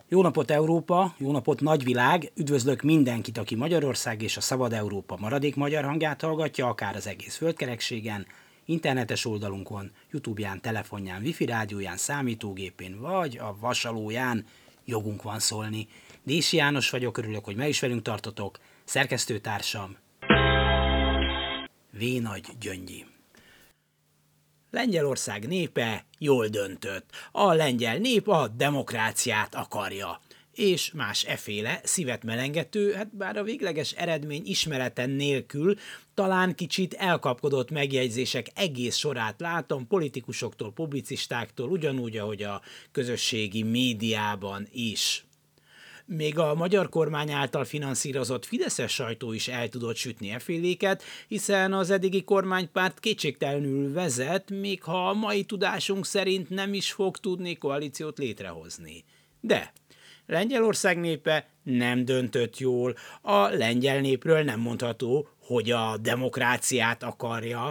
Jó napot Európa, jó napot nagyvilág, üdvözlök mindenkit, aki Magyarország és a Szabad Európa maradék magyar hangját hallgatja, akár az egész földkerekségen, internetes oldalunkon, YouTube-ján, telefonján, wifi rádióján, számítógépén vagy a vasalóján. Jogunk van szólni. Dési János vagyok, örülök, hogy ma is velünk tartotok, szerkesztőtársam V. Nagy Gyöngyi. Lengyelország népe jól döntött. A lengyel nép a demokráciát akarja. És más efféle szívet melengető, hát bár a végleges eredmény ismereten nélkül, talán kicsit elkapkodott megjegyzések egész sorát látom politikusoktól, publicistáktól, ugyanúgy, ahogy a közösségi médiában is. Még a magyar kormány által finanszírozott fideszes sajtó is el tudott sütni efféléket, hiszen az eddigi kormánypárt kétségtelenül vezet, még ha a mai tudásunk szerint nem is fog tudni koalíciót létrehozni. De Lengyelország népe nem döntött jól, a lengyel népről nem mondható, hogy a demokráciát akarja.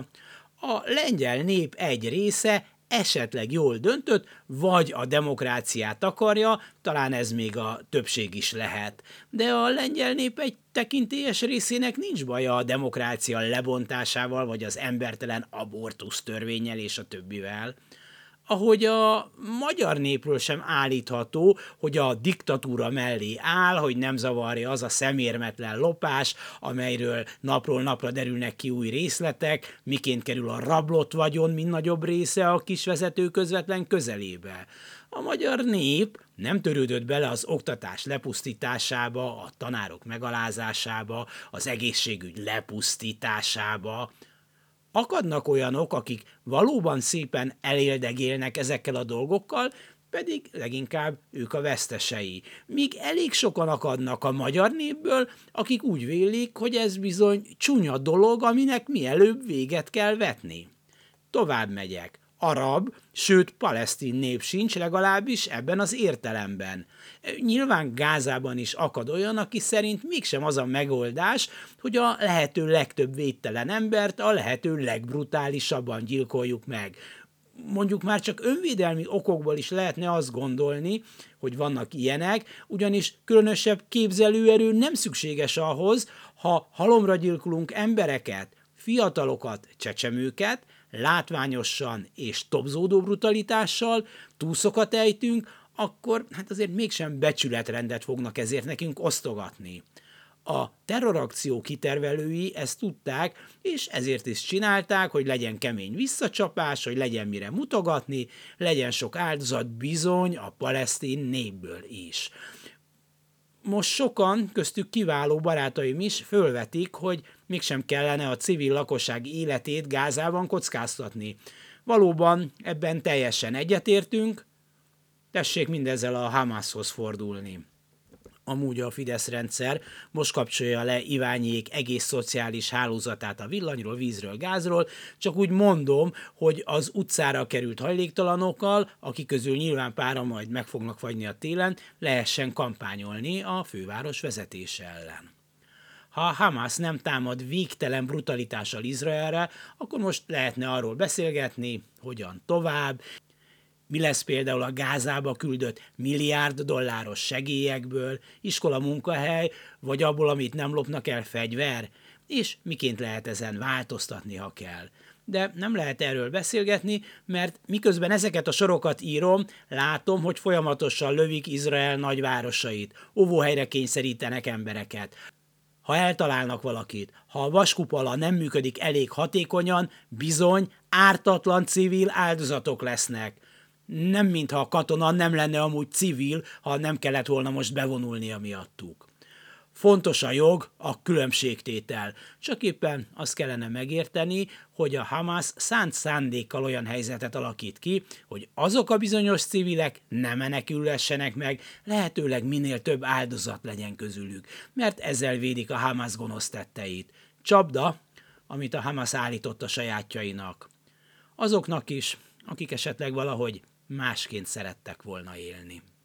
A lengyel nép egy része esetleg jól döntött, vagy a demokráciát akarja, talán ez még a többség is lehet. De a lengyel nép egy tekintélyes részének nincs baja a demokrácia lebontásával, vagy az embertelen abortusz törvénnyel és a többivel. Ahogy a magyar népről sem állítható, hogy a diktatúra mellé áll, hogy nem zavarja az a szemérmetlen lopás, amelyről napról napra derülnek ki új részletek, miként kerül a rablott vagyon mind nagyobb része a kisvezető közvetlen közelébe. A magyar nép nem törődött bele az oktatás lepusztításába, a tanárok megalázásába, az egészségügy lepusztításába. Akadnak olyanok, akik valóban szépen eléldegélnek ezekkel a dolgokkal, pedig leginkább ők a vesztesei. Míg elég sokan akadnak a magyar népből, akik úgy vélik, hogy ez bizony csúnya dolog, aminek mielőbb véget kell vetni. Tovább megyek. Arab, sőt palesztin nép sincs, legalábbis ebben az értelemben. Nyilván Gázában is akad olyan, aki szerint mégsem az a megoldás, hogy a lehető legtöbb védtelen embert a lehető legbrutálisabban gyilkoljuk meg. Mondjuk már csak önvédelmi okokból is lehetne azt gondolni, hogy vannak ilyenek, ugyanis különösebb képzelőerő nem szükséges ahhoz, ha halomra gyilkolunk embereket, fiatalokat, csecsemőket, látványosan és tobzódó brutalitással túszokat ejtünk, akkor hát azért mégsem becsületrendet fognak ezért nekünk osztogatni. A terrorakció kitervelői ezt tudták, és ezért is csinálták, hogy legyen kemény visszacsapás, hogy legyen mire mutogatni, legyen sok áldozat bizony a palesztin népből is. Most sokan, köztük kiváló barátaim is fölvetik, hogy mégsem kellene a civil lakosság életét Gázában kockáztatni. Valóban ebben teljesen egyetértünk, tessék mindezzel a Hamashoz fordulni. Amúgy a Fidesz rendszer most kapcsolja le Iványék egész szociális hálózatát a villanyról, vízről, gázról, csak úgy mondom, hogy az utcára került hajléktalanokkal, akik közül nyilván páran majd meg fognak fagyni a télen, lehessen kampányolni a főváros vezetése ellen. Ha a Hamas nem támad végtelen brutalitással Izraelre, akkor most lehetne arról beszélgetni, hogyan tovább. Mi lesz például a Gázába küldött milliárd dolláros segélyekből, iskola, munkahely, vagy abból, amit nem lopnak el, fegyver? És miként lehet ezen változtatni, ha kell? De nem lehet erről beszélgetni, mert miközben ezeket a sorokat írom, látom, hogy folyamatosan lövik Izrael nagyvárosait, óvóhelyre kényszerítenek embereket. Ha eltalálnak valakit, ha a vaskupala nem működik elég hatékonyan, bizony ártatlan civil áldozatok lesznek. Nem mintha a katona nem lenne amúgy civil, ha nem kellett volna most bevonulnia miattuk. Fontos a jog, a különbségtétel. Csak éppen azt kellene megérteni, hogy a Hamas szánt szándékkal olyan helyzetet alakít ki, hogy azok a bizonyos civilek ne menekülhessenek meg, lehetőleg minél több áldozat legyen közülük, mert ezzel védik a Hamas gonosz tetteit. Csapda, amit a Hamas állított a sajátjainak. Azoknak is, akik esetleg valahogy másként szerettek volna élni.